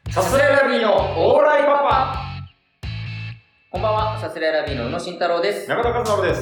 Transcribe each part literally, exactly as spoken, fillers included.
さすらいラビーのオーライパパ。 こんばんは、さすらいラビーの宇野慎太郎です。 中田和伸です。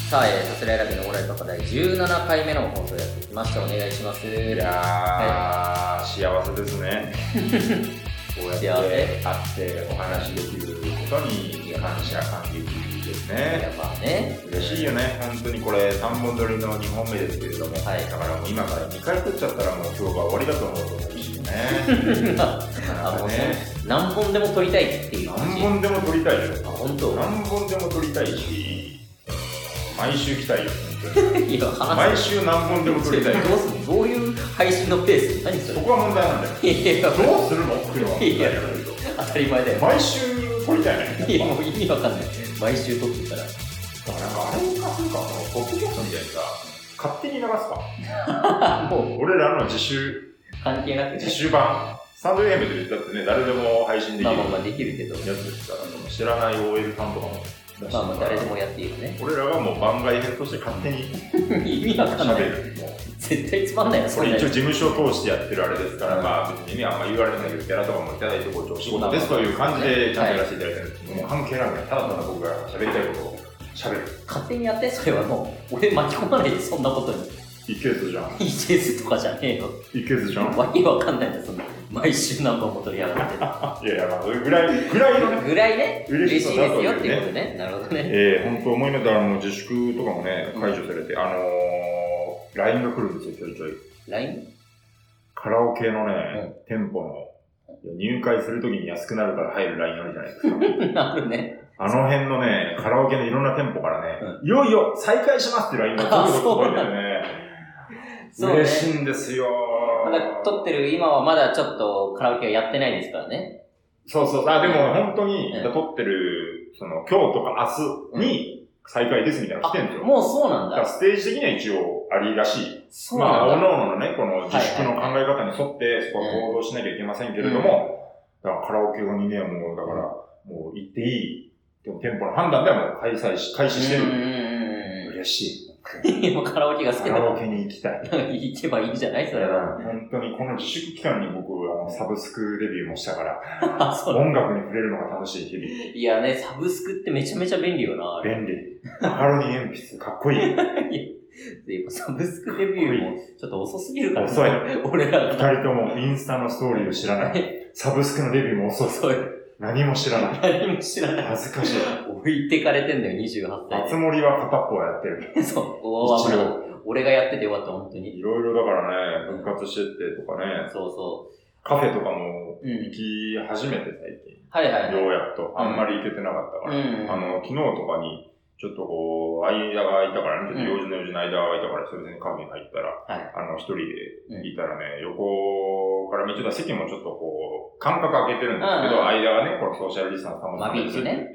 さあ、えー、さすらいラビーのオーライパパ第じゅうななかいめの放送やってきました。お願いします。 いやー、はい、幸せですね。こうやって会ってお話できることに感謝感激ですね。 いや、まあね。 嬉しいよね。本当にこれさんぼん撮りのにほんめですけれども、はい、だからもう今からにかい撮っちゃったらもう今日が終わりだと思うと嬉しいよね。 あ、もうね、何本でも撮りたいっていう感じ。何本でも撮りたいよ。 あ、本当。 何本でも撮りたいし、毎週来たいよ。 いや、 毎週何本でも撮りたい。 どうするどういう配信のペース？何それ？ そこは問題なんだよ。いや、どうするの？ いや、当たり前だよ。 毎週撮りたいね。 いや、もう意味わかんない。毎週撮ってたら。 だからなんかあれをかするか、ポッドキャストみたいにさ、勝手に流すか。もう俺らの自主、 関係なくて、 自主版。スタンド エフエム でだってね、誰でも配信できる。 まあまあまあできるけど。 やつですから、知らない オーエル さんとかも。 まあまあ誰でもやっていいよね。 俺らがもう番外編として勝手に意味わかんない。 喋る。もう絶対つまんないよ、 これ一応事務所を通してやってるあれですから、うん、まあ別にね、あんま言われてないけど、キャラとかもいただいて、こう、仕事ですという感じでちゃんとやらせていただいてるんですけど、もう関係ないから、ただただ僕が喋りたいことを喋る。 勝手にやって、それはもう、俺巻き込まないで、そんなことに。 いけずじゃん。 いけずとかじゃねえよ。 いけずじゃん。 わけわかんないんだよ、そんな。毎週何本も取り上がって。いやいや、まあ、ぐらい、ぐらいのね。 ぐらいね。嬉しいですよっていうことね。なるほどね。 ええ、本当思いながらも自粛とかもね、解除されて、あのー、ライン が来るんですよ、ちょいちょい。 ライン？ カラオケのね、店舗の、入会するときに安くなるから入る ライン あるじゃないですか。 なるね。 あの辺のね、カラオケのいろんな店舗からね、いよいよ再開しますって ライン が届くことが多いんだよね。嬉しいんですよ。 まだ撮ってる今はまだちょっとカラオケはやってないですからね。 そうそう。あ、でも本当に、うん、撮ってる、その、今日とか明日に再開ですみたいなの来てるんですよ。 もうそうなんだ。 だからステージ的には一応ありらしい。 そうなんだ。 まあ、おのおののね、この自粛の考え方に沿って、そこは行動しなきゃいけませんけれども、うん、だからカラオケにね、もう、だから、もう行っていい。でも店舗の判断ではもう開催し、開始してる。うん、嬉しい。 今カラオケが好きだ。 カラオケに行きたい。 行けばいいじゃないそれは。 本当にこの自粛期間に僕はサブスクデビューもしたから、 そう音楽に触れるのが楽しい日々。 いやね、サブスクってめちゃめちゃ便利よな。 便利。マカロニ鉛筆、かっこいい。 やっぱサブスクデビューもちょっと遅すぎるから。 遅い。 俺ら二人ともインスタのストーリーを知らない。サブスクのデビューも遅い。 遅い。 何も知らない。 何も知らない。 恥ずかしい。 置いてかれてんだよ、にじゅうはっさい。 あつ森は片っぽはやってる。 そう。一応。俺がやっててよかった、本当に。 いろいろだからね、復活してってとかね。 そうそう。 カフェとかも行き始めて最近。 はいはい。 ようやっと。あんまり行けてなかったから。あの、昨日とかに、ちょっとこう、間が空いたからね、ちょっと用事の用事の間が空いたから、それでカフェに入ったら、あの、一人でいたらね、横から見てた席もちょっとこう、間隔空けてるんですけど、間がね、このソーシャルディスタンス保つためですって言って、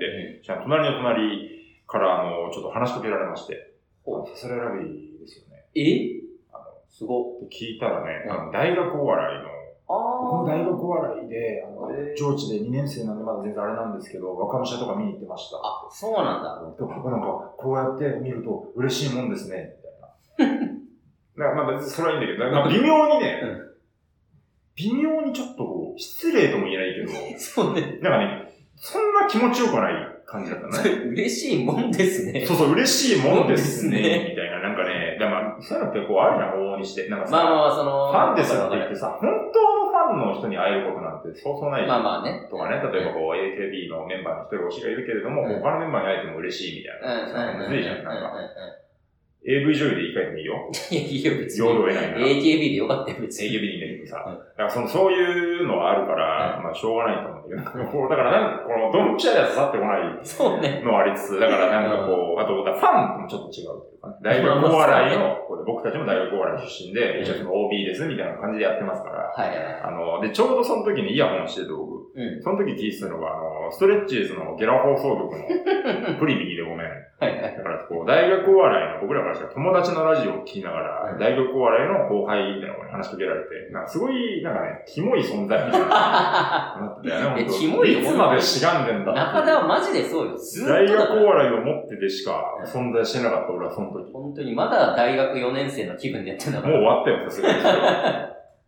隣の隣からあの、ちょっと話しかけられまして、さすらいラビーですよね。 えあの、 すごっ聞いたらね、あの大学お笑いの、僕も大学お笑いで、あの、上智でにねん生なんでまだ全然あれなんですけど、若武者とか見に行ってました。 あ、そうなんだ。 なんか、こうやって見ると嬉しいもんですね、みたいな。だからまあ別にそれはいいんだけど、まあ、微妙にね、うん、微妙にちょっとこう、失礼とも言えないけど、 そうね。 なんかね、そんな気持ちよくない感じだったね。 嬉しいもんですね。 そうそう、嬉しいもんですね、みたいな。なんかね、だからまあ、そういうのってこうあるじゃん、往々にして。なんかさ、 まあまあその、 ファンですって言ってさ、本当のファンの人に会えることなんてそうそうない。 まあまあね。 とかね、例えばこう エーケービー のメンバーの一人推しがいるけれども、うん、他のメンバーに会えても嬉しいみたいな。むずいじゃん、なんか。エーブイ 女優で言い換えてもいいよ。 いや、いいよ、別に。 用途得ないな。 エーケービー でよかったよ、別に。 エーケービー でいいんだけどさ。だからその、そういうのはあるから、まあ、しょうがないと思うんだけど。だからなんか、この、ドンピシャでは刺さってこないそうね。 のはありつつ、だからなんかこう、あと、ファンともちょっと違うっていうかね。大学お笑いの、僕たちも大学お笑い出身で、一応その オービー ですみたいな感じでやってますから。 はい。 あの、で、ちょうどその時にイヤホンしてて僕、その時聞いてたのが、あの、ストレッチーズのゲラ放送局のプリミーでごめん。 はいはい。 だからこう、大学お笑いの僕らからしたら友達のラジオを聞きながら、大学お笑いの後輩みたいなのに話しかけられて、なんかすごい、なんかね、キモい存在みたいな。なってたよね、 本当。キモいよ。 いつまでしがんでんだ。 中田はマジでそうよ。 大学お笑いを持ってでしか存在してなかった俺はその時。 本当に、まだ大学よねん生の気分でやってんだから。 もう終わったよ、さすがに。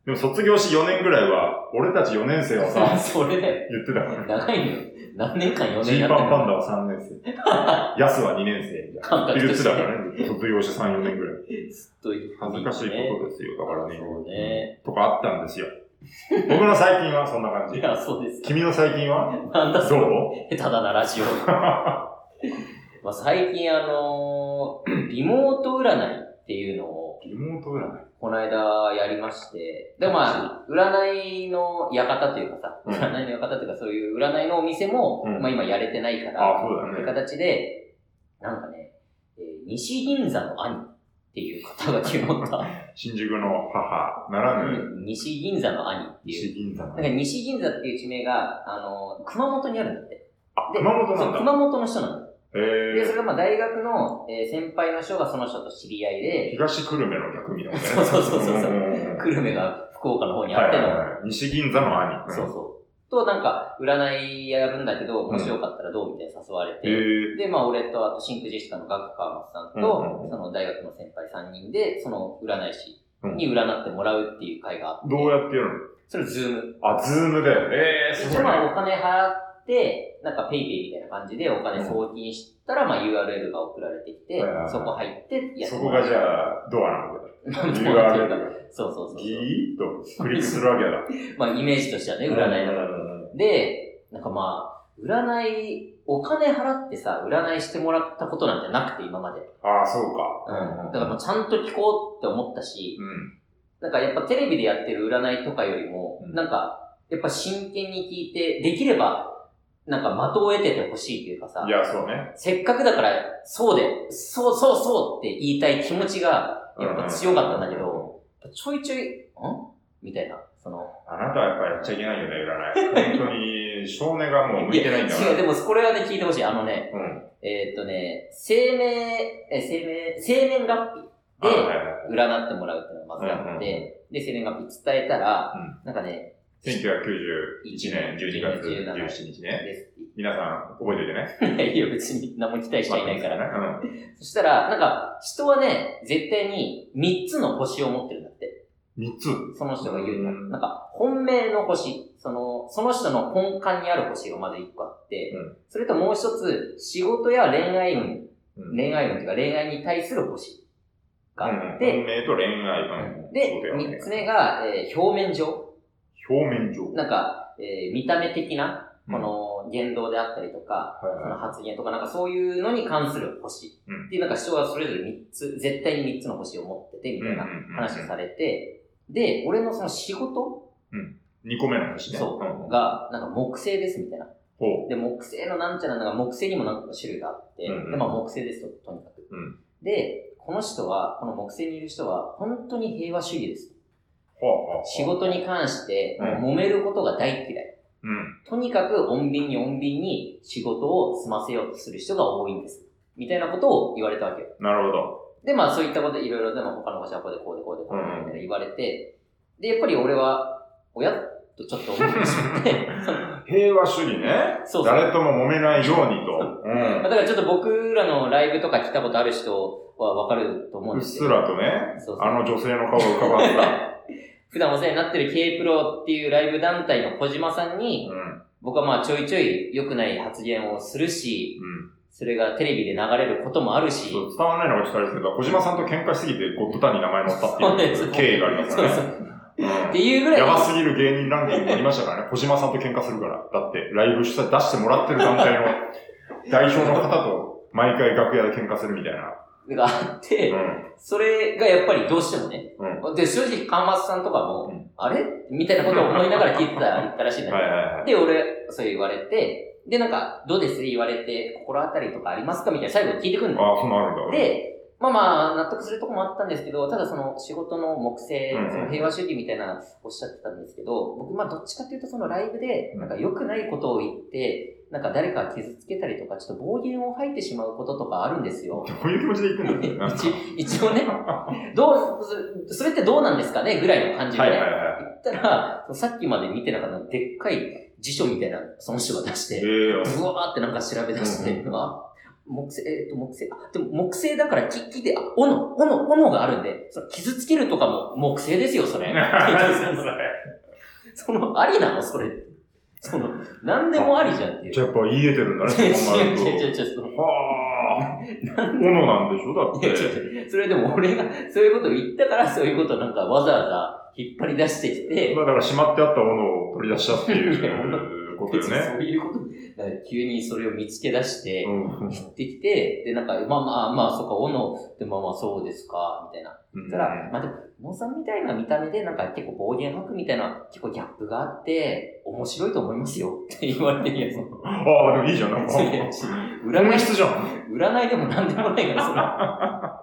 でも卒業しよねんぐらいは、俺たちよねん生はさ、 それだよ。 言ってたから。 長いのよ。何年間よねんジーやってパンパンダはさんねん生。ヤスはにねん生みたいな。言ってたからね。卒業してさん、よねんぐらい。 ずっと恥ずかしいことですよ。だからね。 そうね。 とかあったんですよ。僕の最近はそんな感じ。 いや、そうです。 君の最近はなんだそれ。 どう下手だな、ラジオ。まあ最近あのー、リモート占いっていうのを、 リモート占いこの間やりまして、で、まあ、占いの館というかさ、うん、占いの館というかそういう占いのお店も、うん、まあ今やれてないから、 あ、そうだね。 という形で、なんかね、えー、西銀座の兄っていう肩書きを持った。 新宿の母ならぬ、 うん、西銀座の兄っていう。 西銀座の兄。なんか西銀座っていう地名が、あの、熊本にあるんだって。 あ、熊本なんだ。 熊本の人なんだ。 へー。 で、それがまあ大学の、えー、先輩の人がその人と知り合いで。 東久留米の逆みたいなね。 そうそうそうそう。久留米が福岡の方にあっての。はいはいはい、 西銀座の兄。 そうそう。と、なんか、占いやるんだけど、もしよかったらどうみたいな誘われて。うん、で、まあ俺と、あと、真空ジェシカのガク川松さんと、うんうん、その大学の先輩さんにんで、その占い師に占ってもらうっていう会があって。 どうやってやるの？ それ、ズーム。 あ、ズームで。えー、すごい、ね。 まあお金払って、なんかペイペイみたいな感じでお金送金したら、うん、まあ ユーアールエル が送られてきて、はいはいはい、そこ入ってやってそこがじゃあ、ドアなのか。ユーアールエル が。 そうそうそう。 ギーッとクリックするわけだ。 まあイメージとしてはね、占いだから。で、なんかまあ、占い、お金払ってさ、占いしてもらったことなんてなくて、今まで。 ああ、そうか。 うん。だからもうちゃんと聞こうって思ったし、うん、なんかやっぱテレビでやってる占いとかよりも、うん、なんか、やっぱ真剣に聞いて、できれば、なんか的を得ててほしいっていうかさ。 いや、そうね。 せっかくだから、そうで、そうそうそうって言いたい気持ちが、やっぱ強かったんだけど、ちょいちょい、んみたいな、その。 あなたはやっぱやっちゃいけないよね、占い。本当に、少年がもう向いてないんだから。 違う、でもこれはね、聞いてほしい。あのね、うん、えー、っとね、生命、え、生命、生年月日で占ってもらうっていうのがまずあって、で、生年月日伝えたら、うん、なんかね、 せんきゅうひゃくきゅうじゅういちねんじゅうにがつじゅうしちにちね。皆さん、覚えておいてね。 いや、別に何も期待しちゃいないから。うん、そしたら、なんか、人はね、絶対にみっつの星を持ってるんだって。 みっつその人が言うの。なんか、本命の星。その、その人の根幹にある星がまずいっこあって、うん、それともう一つ、仕事や恋愛運、うん、恋愛運というか恋愛に対する星があって、 うん、本命と恋愛運。 で、三つ目が、えー、表面上。 表面上。 なんか、えー、見た目的な、この言動であったりとか、うん、その発言とかなんかそういうのに関する星。うん、っていうなんか人はそれぞれみっつ、絶対にみっつの星を持ってて、みたいな話をされて、で、俺のその仕事、 うん、にこめの星ね。 そう。が、なんか木星ですみたいな。で、木星のなんちゃらなんか木星にもなんか種類があって、うんうん、で、まあ木星ですと、とにかく、うん。で、この人は、この木星にいる人は、本当に平和主義です。仕事に関して揉めることが大嫌い、うん、とにかく穏便に穏便に仕事を済ませようとする人が多いんですみたいなことを言われたわけよ。 なるほど。 でまあそういったことでいろいろでも他の場所はこうでこうでこうでこうでみたいな言われて、でやっぱり俺は親とちょっと思ってしまって平和主義ね。そうそう、誰とも揉めないようにと、 うん、だからちょっと僕らのライブとか来たことある人はわかると思うんですけど、 うっすらとね、そうそう、あの女性の顔が浮かばせた普段お世話になってる K プロっていうライブ団体の小島さんに、うん、僕はまあちょいちょい良くない発言をするし、うん、それがテレビで流れることもあるし、 伝わらないのが聞かれるけど、小島さんと喧嘩しすぎてゴッドタンに名前載ったっていう経緯がありますからね。そうそう、うん、 っていうぐらい。 やばすぎる芸人ランキングもありましたからね。小島さんと喧嘩するから。だって、ライブ出してもらってる団体の代表の方と毎回楽屋で喧嘩するみたいな。 があって、うん、それがやっぱりどうしてもね。うん、で、正直、川松さんとかも、うん、あれみたいなことを思いながら聞いてた、言ったらしいんだけど。はいはいはい、で、俺、そう言われて、で、なんか、どうです言われて、心当たりとかありますかみたいな最後に聞いてくるんだよ。 ああ、そうなるんだ。 で、まあまあ、納得するとこもあったんですけど、ただその仕事の木星、その平和主義みたいなおっしゃってたんですけど、僕まあどっちかっていうとそのライブで、なんか良くないことを言って、なんか誰か傷つけたりとか、ちょっと暴言を吐いてしまうこととかあるんですよ。 どういう気持ちで言ってんだろう一, 一応ね、どう、それってどうなんですかねぐらいの感じで、ね、はいはいはい、言ったら、さっきまで見てなかったでっかい辞書みたいな、その人が出して、ブワーってなんか調べ出して、うんうん、あ、 木星、えっ、ー、と、木星、あ、でも木星だから木、木で、あ、斧、斧、斧があるんで、その傷つけるとかも木星ですよ、それ。その、ありなのそれ。その、なんでもありじゃんっていう。 じゃあやっぱ言えてるんだね、そこまで。 違う違う違う違う。 はぁ。斧なんでしょだって。いや違う。それでも俺がそういうことを言ったから、そういうことなんかわざわざ引っ張り出してきて。 まあだからしまってあった斧を取り出したっていうことよね。 そういうこと。急にそれを見つけ出して、言ってきて、で、なんか、まあまあまあ、そっか、斧ってまあまあそうですか、みたいな。そしたら、まあでも、モさんみたいな見た目で、なんか結構暴言吐くみたいな、結構ギャップがあって、面白いと思いますよって言われてるやつ。 ああ、でもいいじゃん、なんか。占い室じゃん。 占いでもなんでもないから、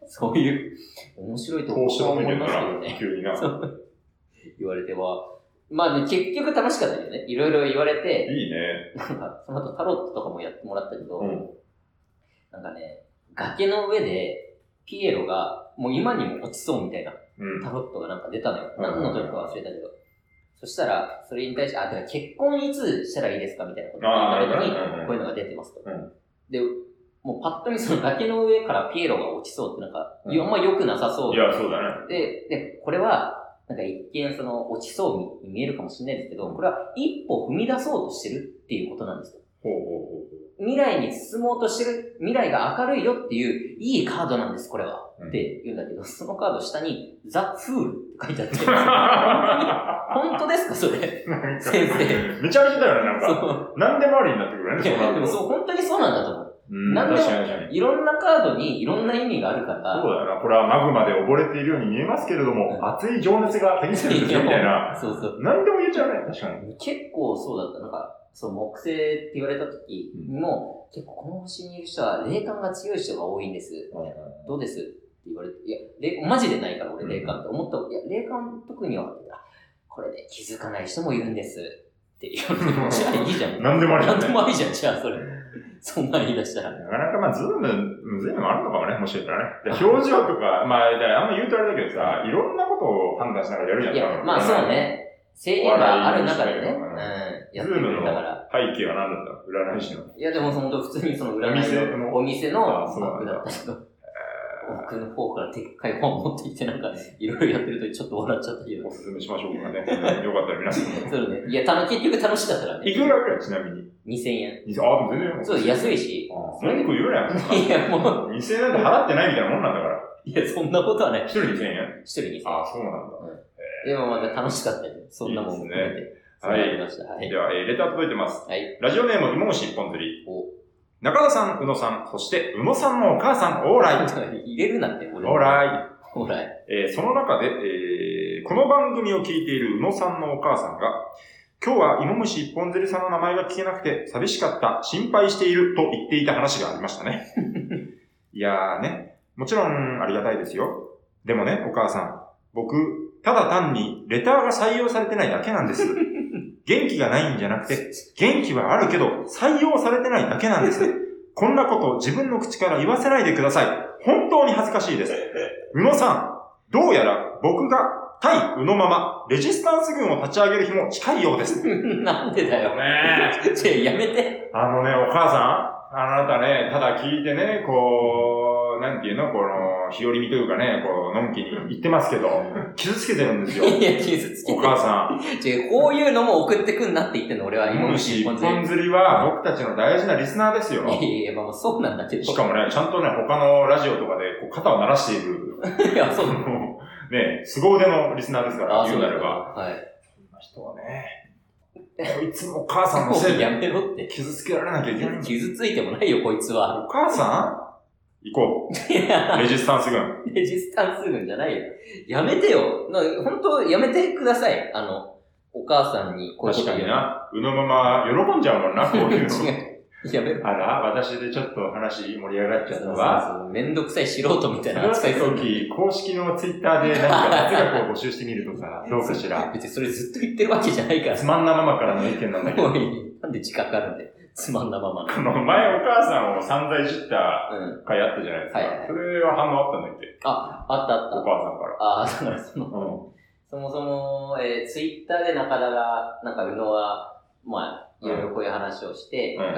そそういう、面白いと思いますよね。 急にな。 言われては、まあね、結局楽しかったよね。いろいろ言われて。 いいね。 なんか、その後タロットとかもやってもらったけど、うん、なんかね、崖の上で、ピエロが、もう今にも落ちそうみたいな、タロットがなんか出たのよ。うん、何の時か忘れたけど。そしたら、それに対して、あ、だから結婚いつしたらいいですかみたいなことを言われた時に、こういうのが出てますと。うん、で、もうパッと見その崖の上からピエロが落ちそうってなんか、うん、あんま良くなさそう。 いや、そうだね。 で、で、これは、なんか一見その落ちそうに見えるかもしれないですけど、これは一歩踏み出そうとしてるっていうことなんですよ。 ほうほうほう。 未来に進もうとしてる、未来が明るいよっていういいカードなんです、これは。うん、って言うんだけど、そのカード下にザ・フールって書いてあって。本当ですかそれ。先生。 めちゃめちゃだよね、なんか。何でもありになってくるね。 いや、でもそう、本当にそうなんだと思う。なんでも、いろんなカードにいろんな意味があるから。 そうだよな。これはマグマで溺れているように見えますけれども、うん、熱い情熱が手にしてるんですよ、みたいな。 そうそう。 何でも言えちゃうね、確かに。 結構そうだった。なんか、そう、木星って言われた時にも、うん、結構この星にいる人は霊感が強い人が多いんです。うん、どうですって言われて、いや、霊マジでないから俺霊感って思った。いや、霊感特には、これで気づかない人もいるんです。って言われて、じゃあいいじゃん。 何でもありじゃん。 何でもありじゃん、じゃあそれ。そんな言い出したら。 なかなかまあ、ズーム、むずいのもあるのかもね、もしかしたらね。表情とか、まあ、あんま言うとあれだけどさ、いろんなことを判断しながらやるじゃん。 いや、まあそうね。制限がある中でね。うん。 やってくれたから。背景は何だった占い師の。 いや、でもその普通にその占いのお店のバッグだったけど。奥の方からでっかい本持ってきてなんか、いろいろやってるとちょっと笑っちゃったけど。 おすすめしましょうかね。よかったら皆さん。 そうね。いや、たの結局楽しかったらね。 いくらぐらいちなみににせんえん。 にせんえん。あ、でも全然。 そう、安いし。 文句言うなよ。 いや、もう。 にせんえんなんて払ってないみたいなもんなんだから。 いや、そんなことはない。 一人にせんえん一人にせんえん。 あ、そうなんだ。 でもまた楽しかったよね。そんなもんも含めて。 はい。 はい。 では、えー、レター届いてます。 はい。 ラジオネーム、芋虫一本釣り。中田さん、宇野さん、そして、宇野さんのお母さん、オーライ。 入れるなって、 オーライ。オーライ。 えー、その中で、えー、この番組を聞いている宇野さんのお母さんが、今日は芋虫一本釣りさんの名前が聞けなくて寂しかった、心配していると言っていた話がありましたね。いやーね、もちろんありがたいですよ。でもね、お母さん、僕、ただ単にレターが採用されてないだけなんです。元気がないんじゃなくて、元気はあるけど、採用されてないだけなんです。こんなこと自分の口から言わせないでください。本当に恥ずかしいです。宇野さん、どうやら僕が対宇野ママ、レジスタンス軍を立ち上げる日も近いようです。 なんでだよ。ねえ。ちょ、やめて。 あのね、お母さん、あなたね、ただ聞いてね、こう、なんていうの、この、日和見というかね、こう、のんきに言ってますけど、傷つけてるんですよ。 いや、傷つけてる。 お母さん。 違う、こういうのも送ってくんなって言ってんの、俺は。 芋虫一本釣りは僕たちの大事なリスナーですよ。 いやいや、まあそうなんだけど。 しかもね、ちゃんとね、他のラジオとかでこう肩を鳴らしている。 いや、そう。 ね、凄腕のリスナーですから、言うなれば。 はい。 そんな人はね、いつもお母さんのせいでやめろって傷つけられなきゃいけない。 傷ついてもないよ、こいつは。 お母さん行こう。レジスタンス軍。 レジスタンス軍じゃないよ。やめてよ。な本当やめてください。あの、お母さんにこういうこと言う。確かにな。うのまま喜んじゃうもんな、こういうの。 違う。やめろ。 あら、私でちょっと話盛り上がっちゃったわ。 そうそうそう。めんどくさい素人みたいな扱いするとき、公式のツイッターで何か哲学を募集してみるとか、どうかしら。 別にそれずっと言ってるわけじゃないから。 つまんなママからの意見なんだけど。 なんで自覚あるんで。つまんなママの。 この前お母さんを散々いじった回あったじゃないですか。うんはいはい、それは反応あったんだっけあ、あったあった。 お母さんから。 ああ、だからその、うん、そもそも、えー、ツイッターで中田が、なんか宇野は、まあ、いろいろこういう話をして、うん、なんか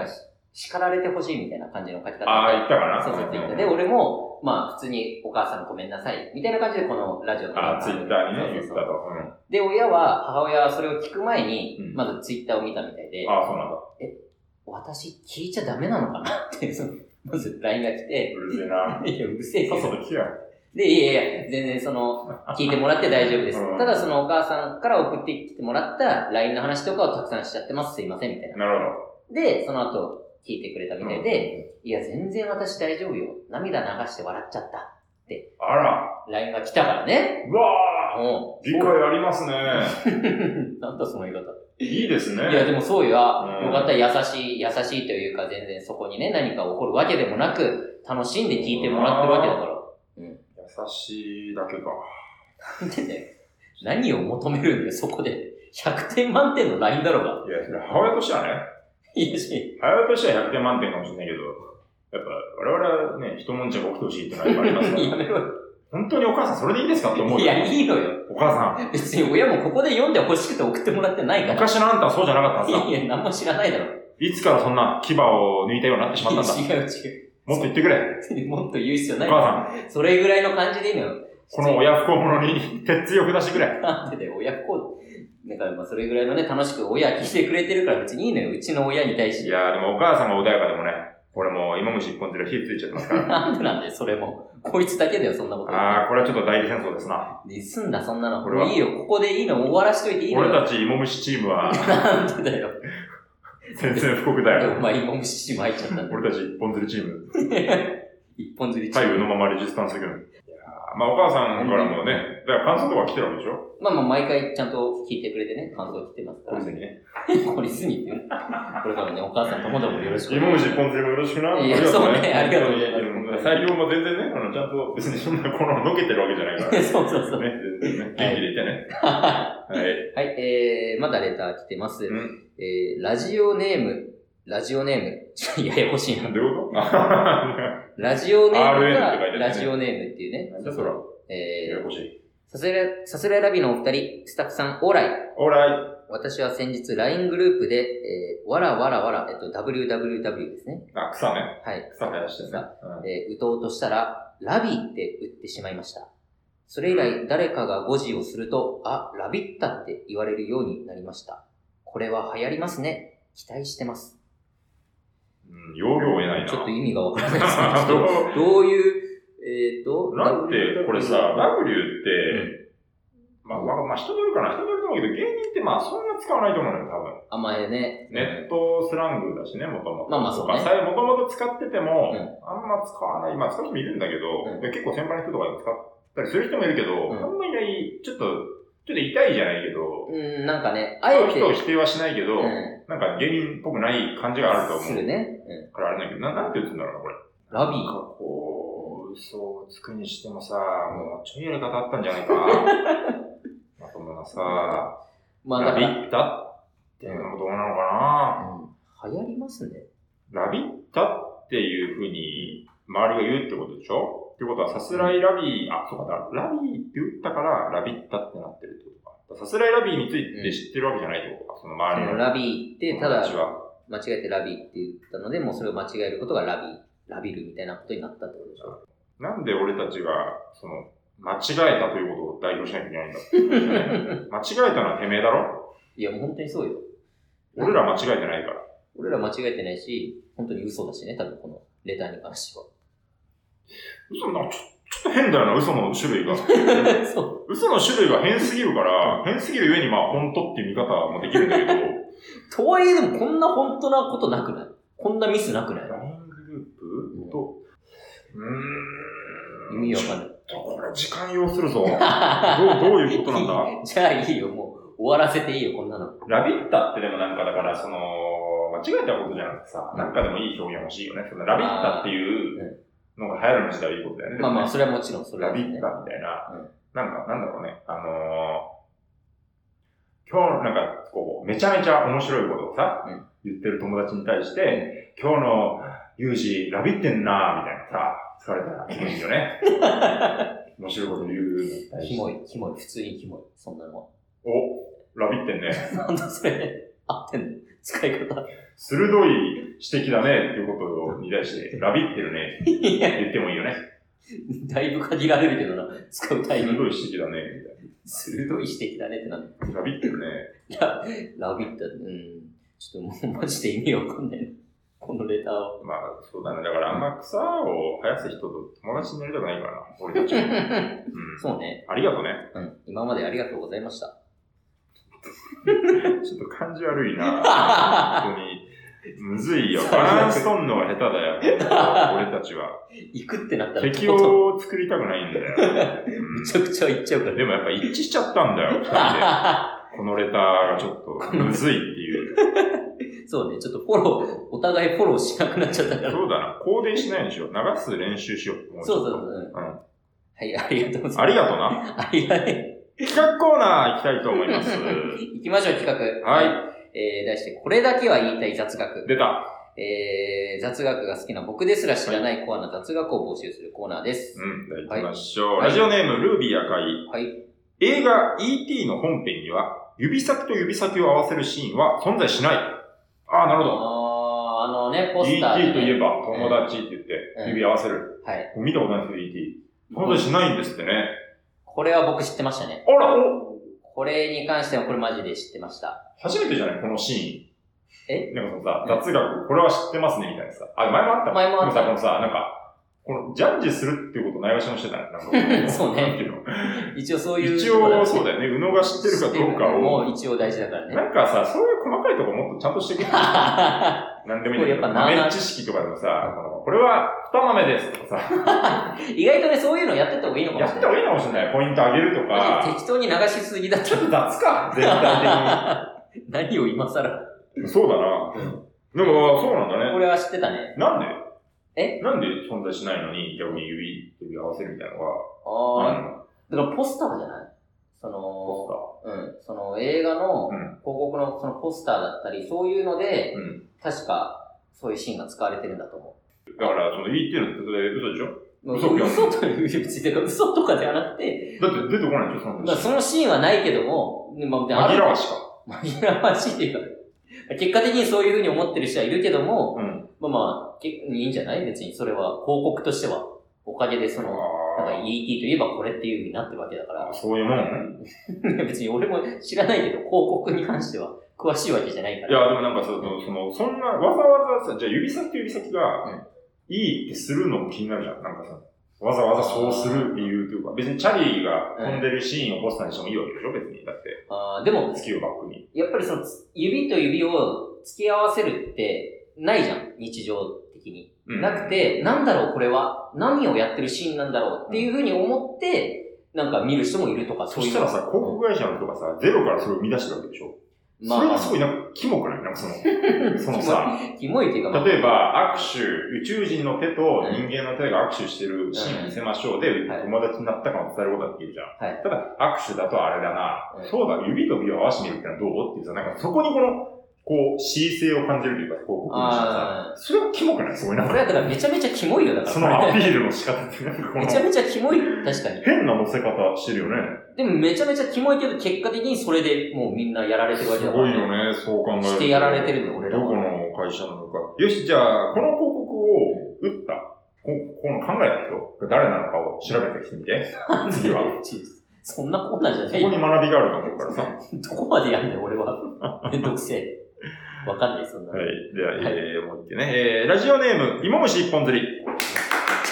叱られてほしいみたいな感じの書き方。 ああ、言ったかな。 そうそう、ツイッターで、俺も、まあ、普通にお母さんごめんなさい、みたいな感じでこのラジオの。 ああ、ツイッターにね、言ったと。 で、親は、母親はそれを聞く前に、まずツイッターを見たみたいで。 ああ、そうなんだ。 え、私聞いちゃダメなのかなって、まず ライン が来て。 うるせえな。 いや、うるせえけど。 そうそう、聞けよ。 で、いやいや、全然その、聞いてもらって大丈夫です。うん、ただそのお母さんから送ってきてもらった ライン の話とかをたくさんしちゃってます。すいません、みたいな。 なるほど。 で、その後、聞いてくれたみたいで、うん、いや、全然私大丈夫よ。涙流して笑っちゃった。って。 あら。 ライン が来たからね。 うわぁ。うん。理解ありますね。 なんだその言い方。 いいですね。 いや、でもそうよ。よかった。優しい、優しいというか、全然そこにね、何か起こるわけでもなく、楽しんで聞いてもらってるわけだから。 うん。優しいだけか。 なんでね、何を求めるんだよ、そこで。ひゃくてん満点の ライン だろうが。 いや、それ母親としてはね。 いやし。 母親としてはひゃくてん満点かもしれないけど、やっぱ、我々はね、一文字が起きてほしいってのはありますから。 やめろよ。 本当にお母さんそれでいいですかって思う。 いや、いいのよ。 お母さん。 別に親もここで読んで欲しくて送ってもらってないから。 昔のあんたはそうじゃなかったんですか。いや、何も知らないだろ。 いつからそんな牙を抜いたようになってしまったんだ。 違う違う。 もっと言ってくれ。 もっと言う必要ない。 お母さん。 それぐらいの感じでいいのよ。 この親不孝者に鉄強く出してくれ。 なんでだよ、親不孝。だからまあそれぐらいのね、楽しく親聞いてくれてるから別にいいのよ。うちの親に対して。 いやーでもお母さんが穏やかでもね、俺も芋虫一本ずれ火ついちゃってますから。 なんでなんだよ、それも。こいつだけだよ、そんなこと。 ああ、これはちょっと代理戦争ですな。 すんだ、そんなの。これはいいよ、ここでいいの終わらしといていいのよ。 俺たち芋虫チームは。 なんでだよ。 宣戦布告だよ。 お前芋虫チーム入っちゃったんだ。 俺たち一本釣りチーム。 一本釣りチーム。 左右のままレジスタンスする。まあお母さんからもね、だから感想とか来てるわけでしょ。 まあまあ毎回ちゃんと聞いてくれてね、感想来てますから。 懲りずにね。 懲りずにっていう。これからね、お母さんともどもよろしく。 芋虫一本釣りもよろしくな。 いや、そうね、ありがとうございます。 最強も全然ね、あの、ちゃんと別にそんなこの、のけてるわけじゃないから。 そうそうそう。 ね、全然ね。元気でいてね。はい。 はい、えー、まだレター来てます。えー、ラジオネーム、ラジオネーム、ちょっとややこしいな。 どういうことラジオネームが、ラジオネームっていうね。 なんだそら。 えー、 ややこしい。 さすら、さすらいラビのお二人、スタッフさん、オーライ。 オーライ。 私は先日 ライン グループで、えー、わらわらわら、えっと、ダブリューダブリューダブリュー ですね。 あ、草ね。 はい。 草生やしてね。 うん、えー、打とうとしたら、ラビーって打ってしまいました。それ以来、誰かが誤字をすると、あ、ラビッタって言われるようになりました。これは流行りますね。期待してます。 うん、要領を得ないな。 ちょっと意味がわからないですけど、どういう、えっ、ー、と、 なんて、これさ、W って、うん、まあ、まあ、まあ、人によるかな、人によると思うけど、芸人ってまあ、そんな使わないと思うのよ、多分。 あ、まあね。 ネットスラングだしね、もともと。 まあまあそうね。 もともと使ってても、 うん、 あんま使わない。まあ、使う人もいるんだけど、うん、結構先輩の人とかで使ったりする人もいるけど、うん、あんまいない、ちょっと、ちょっと痛いじゃないけど、 うん、なんかね、あえて。 人を否定はしないけど、うん、なんか芸人っぽくない感じがあると思う。 するね。 うん。からあれだけど、な、なんて打つんだろうな、これ。 ラビー。 こう、嘘をつくにしてもさ、もうちょいやり方あったんじゃないかまともなさ、まあ、ラビッタっていうのもどうなのかな、うん、流行りますね。 ラビッタっていうふうに周りが言うってことでしょってことは、さすらいラビー、あ、そうか、ラビーって打ったからラビッタってなってるってことか。さすらいラビーについて知ってるわけじゃないってことか、その周りの。 ラビーって、ただ、間違えてラビーって言ったので、もうそれを間違えることがラビー、ラビルみたいなことになったってことでしょ。 なんで俺たちが、その、間違えたということを代表しなきゃいけないんだって。間違えたのはてめえだろ？ いや、もう本当にそうよ。 俺ら間違えてないから。 俺ら間違えてないし、本当に嘘だしね、多分このレターに関しては。 嘘な、ちょ、ちょっと変だよな、嘘の種類が。 そう。 嘘の種類が変すぎるから、変すぎる上にまあ本当っていう見方もできるんだけど。 とはいえでもこんな本当なことなくない？こんなミスなくない？ ライン グループ、うん、と、うーん。 意味わかんない。 これ時間要するぞ。どう、どういうことなんだじゃあいいよ、もう。終わらせていいよ、こんなの。 ラビッタってでもなんかだから、その、間違えたことじゃなくてさ、うん、なんかでもいい表現欲しいよね。そのラビッタっていうのが流行るの自体はいいことだよね。 まあまあ、それはもちろんそれは、 ね。ラビッタみたいな、うん。なんか、なんだろうね。あのー、今日なんか、こう、めちゃめちゃ面白いことをさ、うん、言ってる友達に対して、うん、今日のユージ、ラビってんなーみたいなさ、疲れたらキモいよね。面白いこと言うのに対して。 キモい、キモい、普通にキモい。そんなのは。 お、ラビってんね。 なんだそれ。合ってんの使い方。 鋭い指摘だねっていうことに対して、ラビってるねって言ってもいいよね。 だいぶ限られるけどな、使うタイミング。 鋭い指摘だね、みたいな。 鋭い指摘だねってなんだ。 ラビってるね。 いや、ラビって、うん。ちょっともうマジで意味わかんないな。このレターを。 まあ、そうだね。だからあんま草を生やす人と友達になりたくないからな、俺たちは。うん、 そうね。 ありがとうね。 うん。今までありがとうございました。 ちょっと感じ悪いな。本当に。むずいよ。バランス取んのが下手だよ。俺たちは。 行くってなったら敵を作りたくないんだよ。 めちゃくちゃ行っちゃうから。 でもやっぱ一致しちゃったんだよ、二人で。このレターがちょっとむずいっていう。 そうね、ちょっとフォロー、お互いフォローしなくなっちゃったから。 そうだな。公電しないにしよう。流す練習しよう。 そうそうそう。うん。はい、ありがとうございます。 ありがとうな。 ありがとう。 企画コーナー行きたいと思います。 行きましょう、企画。 はい。 えー、題して、これだけは言いたい雑学。 出た。 えー、雑学が好きな僕ですら知らないコアな雑学を募集するコーナーです。 うん、じゃあ行きましょう。はい、ラジオネーム、ルービー赤い。 はい。 映画 イーティー の本編には、指先と指先を合わせるシーンは存在しない。ああ、なるほど。 ああのね、ポスターで、ね。 イーティー といえば、友達って言って、指合わせる。 うん、はい。 見たことないですよ、イーティー。存在しないんですってね。 これは僕知ってましたね。 あら、おこれに関してはこれマジで知ってました。 初めてじゃないこのシーン。えなんかそのさ、雑学、これは知ってますね、みたいなさ。あ、前もあった前もあった。 でもさ、このさ、なんか、この、ジャッジするっていうことをないがしろしてたね。なんかそうね。一応そういう。 一応、そうだよね。宇野が知ってるかどうかを。 もう一応大事だからね。 なんかさ、そういう細かいとこもっとちゃんとしてくれる。なんでもいいんだけど。豆知識とかでもさ、これは二豆ですとかさ。 意外とね、そういうのやってった方がいいのかもしれない。 やってた方がいいかもしれない。ポイント上げるとか。 適当に流しすぎだった。 ちょっと雑か、全体的に。何を今更。 そうだな。でも、そうなんだね。 これは知ってたね。 なんでえなんで存在しないのに逆に指、指合わせるみたいなのが。 ああ。だからポスターじゃないその、ポスターうん。その映画の広告のそのポスターだったり、そういうので、うん、確かそういうシーンが使われてるんだと思う。 だから、その言ってるのって嘘でしょ嘘という別に、嘘とかではなくて。 だって出てこないでしょ、そのシーン。そのシーンはないけども、 まあ、紛らわしか。 紛らわしいっていうか、結果的にそういうふうに思ってる人はいるけども、うん、まあまあ、結構いいんじゃない別にそれは広告としては。おかげでその、なんか イーティー といえばこれっていうふうになってるわけだから。 そういうもん別に俺も知らないけど、広告に関しては詳しいわけじゃないから。 いや、でもなんかその、その、そんな、わざわざさ、じゃあ指先と指先が、いいってするのも気になるじゃん。なんかさ、わざわざそうする理由というか、別にチャリーが飛んでるシーンをポスターにしてもいいわけでしょ別に。だって。 ああ、でも、 月をバックに。 やっぱりその、指と指を付き合わせるって、ないじゃん。日常的に。うん、なくて、なんだろうこれは、何をやってるシーンなんだろうっていうふうに思って、なんか見る人もいるとか、 そういう。そしたらさ、広告会社の人がさ、ゼロからそれを生み出してるわけでしょまあ、それがすごいなんか、キモくないなんかその、そのさ、 キモいっていうか、 例えば、握手、宇宙人の手と人間の手が握手してるシーン見せましょうで、うん、友達になったかも伝えることができるじゃん。はい、ただ、握手だとあれだな、うん、そうだ、指と指を合わせてみるってのはどうっていうさ、なんかそこにこの、こう、恣意性を感じるというか、こう、僕にしてさ、それはキモくないすごいな。 これはだからめちゃめちゃキモいよ、だから。 そのアピールの仕方ってなんかこの。 めちゃめちゃキモい、確かに。 変な乗せ方してるよね。 でもめちゃめちゃキモいけど、結果的にそれでもうみんなやられてるわけだから、 ね。すごいよね、そう考えると。 してやられてるんだよ、俺らは。 どこの会社なのか。よし、じゃあ、この広告を打った、ここの考えた人が誰なのかを調べてきてみて。次は。 そんなコーナーじゃない。 そこに学びがあると思うからさ。 どこまでやんねん、俺は。めんどくせえ。わかんない、そんな。 はい。では、はい、えー、もう一回ね。えー、ラジオネーム、芋虫一本釣り。いいって、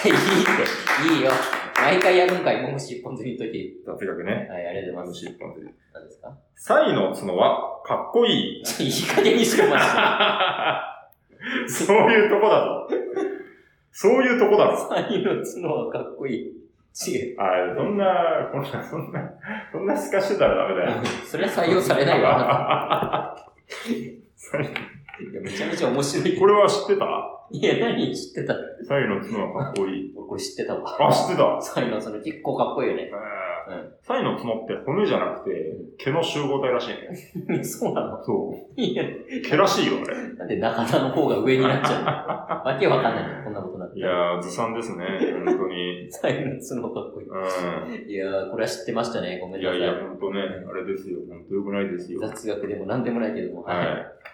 いいよ。毎回やるんか、芋虫一本釣りの時。 雑学ね。 はい、ありがとうございます。 芋虫一本釣り。 何ですか？ サイの角は、かっこいい。 いい加減にしろ、マジで。そういうとこだぞ。そういうとこだろ。 サイの角はかっこいい。違う。 あそんな、こんな、そんな、そんな透かしてたらダメだよ。 それは採用されないわ。いやめちゃめちゃ面白い。 これは知ってた？ いや、何知ってた？ サイの角はかっこいい。 俺これ知ってたわ。 あ、知ってた。 サイの角結構かっこいいよね。 うん、サイの角って骨じゃなくて、毛の集合体らしいね。そうなの？ そう。 いや、 毛らしいよ、あれ。 なんで中田の方が上になっちゃうの？わけわかんないね、こんなことなって。 いやー、ずさんですね、本当に。 サイの角かっこいい。うん。いやー、これは知ってましたね、ごめんなさい。 いやいや、本当ね、あれですよ、本当よくないですよ。 雑学でもなんでもないけども。 はい。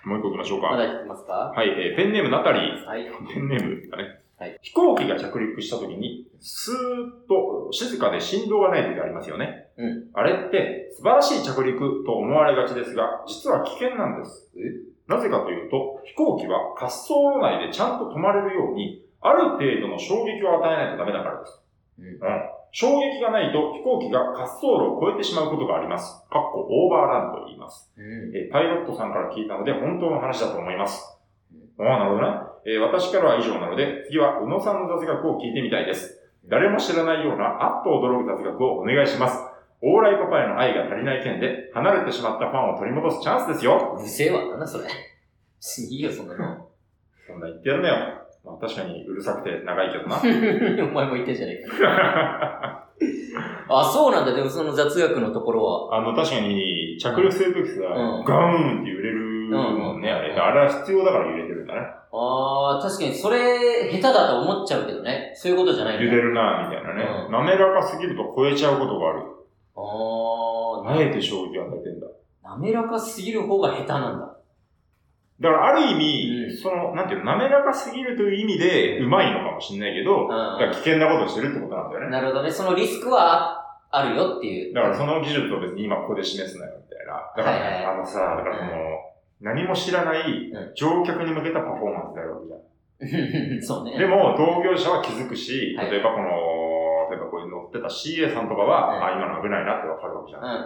もう一個行きましょうか。 まだ行きますか？ はい、えー、ペンネームナタリー。 はい。 ペンネームだね。 はい。 飛行機が着陸した時に、スーッと静かで振動がない時ありますよね。 うん。 あれって素晴らしい着陸と思われがちですが、実は危険なんです。 え？ なぜかというと、飛行機は滑走路内でちゃんと止まれるように、ある程度の衝撃を与えないとダメだからです。うん。うん、衝撃がないと飛行機が滑走路を越えてしまうことがあります。かっこオーバーランと言います、うん。え。パイロットさんから聞いたので本当の話だと思います。うん、ああ、なるほどね。えー、私からは以上なので、次は宇野さんの雑学を聞いてみたいです。誰も知らないようなあっと驚く雑学をお願いします。オーライパパへの愛が足りない件で、離れてしまったファンを取り戻すチャンスですよ。 うるせえわ、なんだそれ。いいよ、そんなの。 そんな言ってやんなよ。まあ、確かにうるさくて長いけどな。 お前も言ってんじゃねえか。あ、そうなんだ。でもその雑学のところは。 あの、確かに、着陸するときさ、うん、ガーンって揺れるもんね、うん、あれ。あれは必要だから揺れてるんだね。 ああ、確かにそれ、下手だと思っちゃうけどね。そういうことじゃないんだ。 揺れるな、みたいなね。うん、滑らかすぎると超えちゃうことがある。ああ。あえて衝撃を与えてんだ。 滑らかすぎる方が下手なんだ。 だからある意味、うん、その、なんていうの、滑らかすぎるという意味で、うまいのかもしれないけど、うん、だから危険なことをしてるってことなんだよね。 なるほどね。そのリスクはあるよっていう。 だからその技術を別に今ここで示すなよ、みたいな。だから、はいはい、あのさ、だからその、うん、何も知らない乗客に向けたパフォーマンスであるわけじゃん。 そうね。 でも、同業者は気づくし、例えばこの、例えばこれ乗ってた シーエー さんとかは、はい、あ、今の危ないなってわかるわけじゃん。うんうんうん、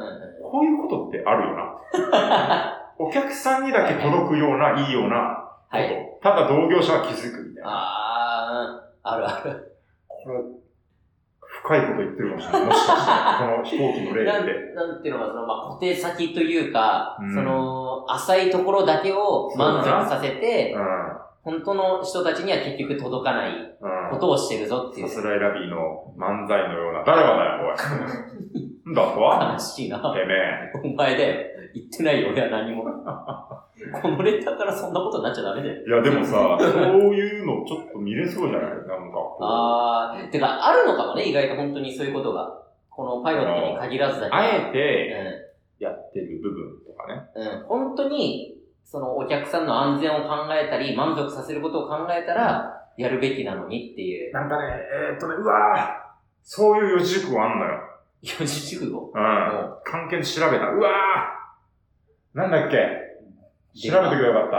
こういうことってあるよな。お客さんにだけ届くような、いいようなこと。はい、ただ同業者は気づくみたいな。 ああ、あるある。 これ、深いこと言ってるかもしれない。もしかしたら、この飛行機の例で。 なん、なんていうのか、その、まあ、固定先というか、うん、その、浅いところだけを満足させて、うん、本当の人たちには結局届かないことをしてるぞっていう。 さすらいラビーの漫才のような、誰がだよ、おい。んだとは悲しいな。 てめえ。 お前だよ。言ってないよ、俺は何も。このレターからそんなことになっちゃダメだよ。 いや、でもさ、そういうのちょっと見れそうじゃないなんか。 あー、てか、あるのかもね、意外と本当にそういうことが。このパイロットに限らずだけど。 あえて、やってる部分とかね。 うん。本当に、そのお客さんの安全を考えたり、満足させることを考えたら、やるべきなのにっていう。 なんかね、えー、っとね、うわー、そういう四字熟語あんのよ。 四字熟語うん。関係調べた。うわー、なんだっけ調べとけばよかった。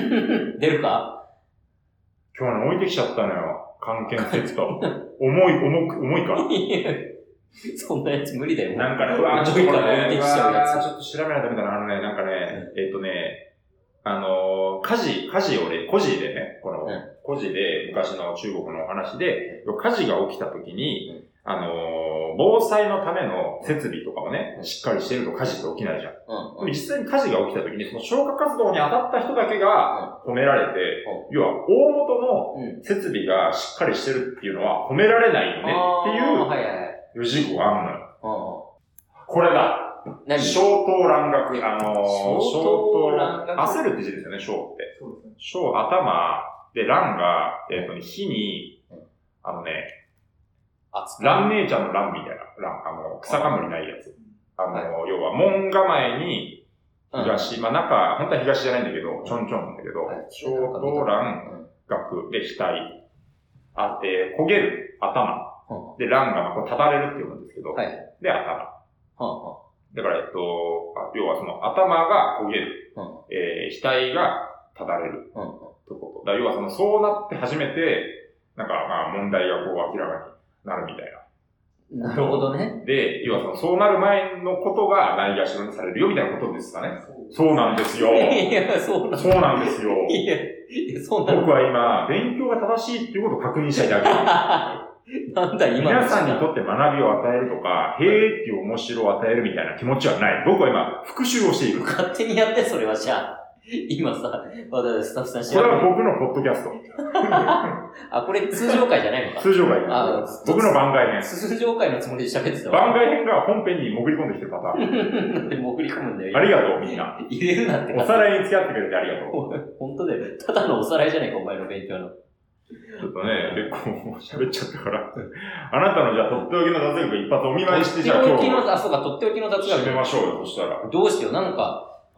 出るか今日はね、置いてきちゃったのよ。関係説と。重い、重く、重いか。 そんなやつ無理だよ。 なんかね、うわー、ちょっとこれね、うわー、ちょっと調べないとダメだな。あのね、なんかね、えっとね、あのー、火事、火事をね、孤児でね、この、孤児で昔の中国の話で、火事が起きた時に、あのー、防災のための設備とかをね、しっかりしてると火事って起きないじゃん。うん、でも実際に火事が起きた時に、その消火活動に当たった人だけが褒められて、うん、要は大元の設備がしっかりしてるっていうのは褒められないよねっていう四字語があんのよ。これだ。小頭乱学、あのー、小頭乱学。焦るって字ですよね、小って。小、頭で乱が、えっとね、火に、あのね、蘭姉ちゃんの蘭みたいな、蘭、あの、草冠ないやつ。あの、はい、要は、門構えに、東、うん、まあ、中、本当は東じゃないんだけど、ちょんちょんなんだけど、小頭蘭、学で額、あ、えー、焦げる、頭。うん、で、蘭が、まあ、こう、ただれるって言うんですけど、はい、で、頭。うんうんだから、えっと、要はその頭が焦げる。うん、えー、額がただれる。うん、とこと。だ要はその、そうなって初めて、なんか、まあ、問題がこう明らかになるみたいな。なるほどね。 で、要はその、そうなる前のことがないがしろにされるよみたいなことですかね。そうなんですよ。 いや、そうなんです。 そうなんですよ。 いや、いやそうなん僕は今、勉強が正しいっていうことを確認したいだけ。 なんだ今皆さんにとって学びを与えるとか、へーっていう面白を与えるみたいな気持ちはない。僕は今、復習をしている。 勝手にやって、それはじゃあ。今さ、まだスタッフさん知らない。これは僕のポッドキャスト。 あ、これ通常回じゃないのか通常回。あ僕の番外編。 通常回のつもりで喋ってたわ。 番外編が本編に潜り込んできてるパターン。 なんで潜り込むんだよ。 ありがとう、みんな。 入れるなって。 おさらいに付き合ってくれてありがとう。 本当だよ。ただのおさらいじゃないか、お前の勉強の。 ちょっとね、結構喋っちゃったから。あなたのじゃあ、とっておきの雑学一発お見舞いして、じゃあ今日。 とっておきの、あ、そうか、とっておきの雑学。 締めましょうよ、そしたら。 どうしよう、なんか、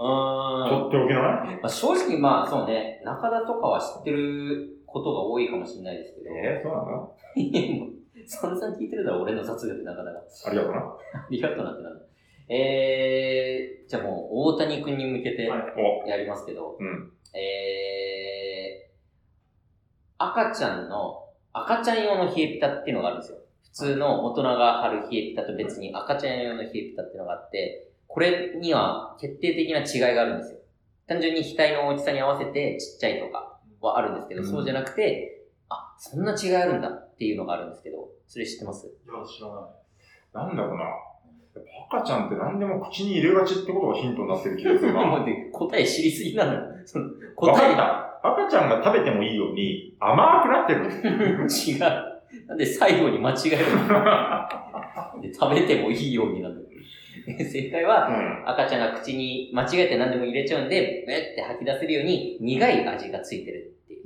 とっておきのね。 まあ、正直まあそうね、中田とかは知ってることが多いかもしれないですけど。 えー、そうなの？ 散々聞いてるだろ、俺の雑学中田が。 ありがとうな。 ありがとうなってなんだ。えー、じゃあもう大谷君に向けてやりますけど、 はい、うん、 えー、赤ちゃんの、赤ちゃん用の冷えピタっていうのがあるんですよ。普通の大人が貼る冷えピタと別に赤ちゃん用の冷えピタっていうのがあって、これには決定的な違いがあるんですよ。単純に額の大きさに合わせてちっちゃいとかはあるんですけど、うん、そうじゃなくて、あ、そんな違いあるんだっていうのがあるんですけど、それ知ってます？ いや、知らない。 なんだろうな。赤ちゃんって何でも口に入れがちってことがヒントになってる気がするな。 答え知りすぎなのよ。 答えだ。赤ちゃんが食べてもいいように甘くなってる。 違う。なんで最後に間違えるので食べてもいいようになる。正解は、うん、赤ちゃんが口に間違えて何でも入れちゃうんで、ブッて吐き出せるように苦い味がついてるっていう。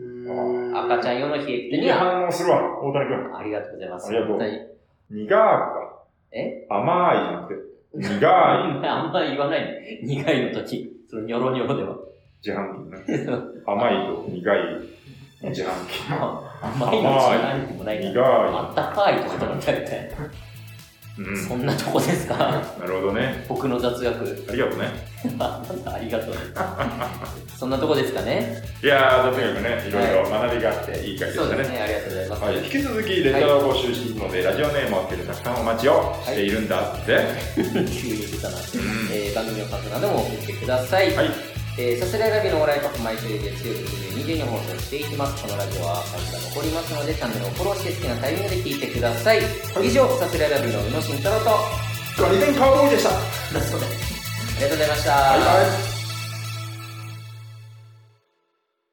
赤ちゃん用の冷えピタには。 いい反応するわ、大谷君。 ありがとうございます。 ありがとう。苦くか。 え甘いじゃなくて、苦い。 あんまり言わないね。苦いの時。そのニョロニョロでは。 自販機ね。甘いと苦い自販機。 甘いの自販機もないから。苦い。あったかいとかだったみたいな。うん、そんなとこですか。 なるほどね。 僕の雑学。 ありがとうね。 なんだありがとう。そんなとこですかね。 いやー、雑学ね、いろいろ学びがあっていい回でしたね。 そうですね、ありがとうございます。 はい、引き続きレターを募集しているので、はい、ラジオネームをつけてたくさんお待ちをしているんだって。はい、 急に出たな、うんえー。番組の感想なども送ってください。はい。えー、さすらいラビのオーライパック毎週月曜日にじゅうにじに放送していきます。このラジオはアーカイブが残りますので、チャンネルをフォローして好きなタイミングで聞いてください。はい、以上、さすらいラビの宇野慎太郎と、 ガリベンカウボーイでした。 だそうです。ありがとうございました。 バイバイ。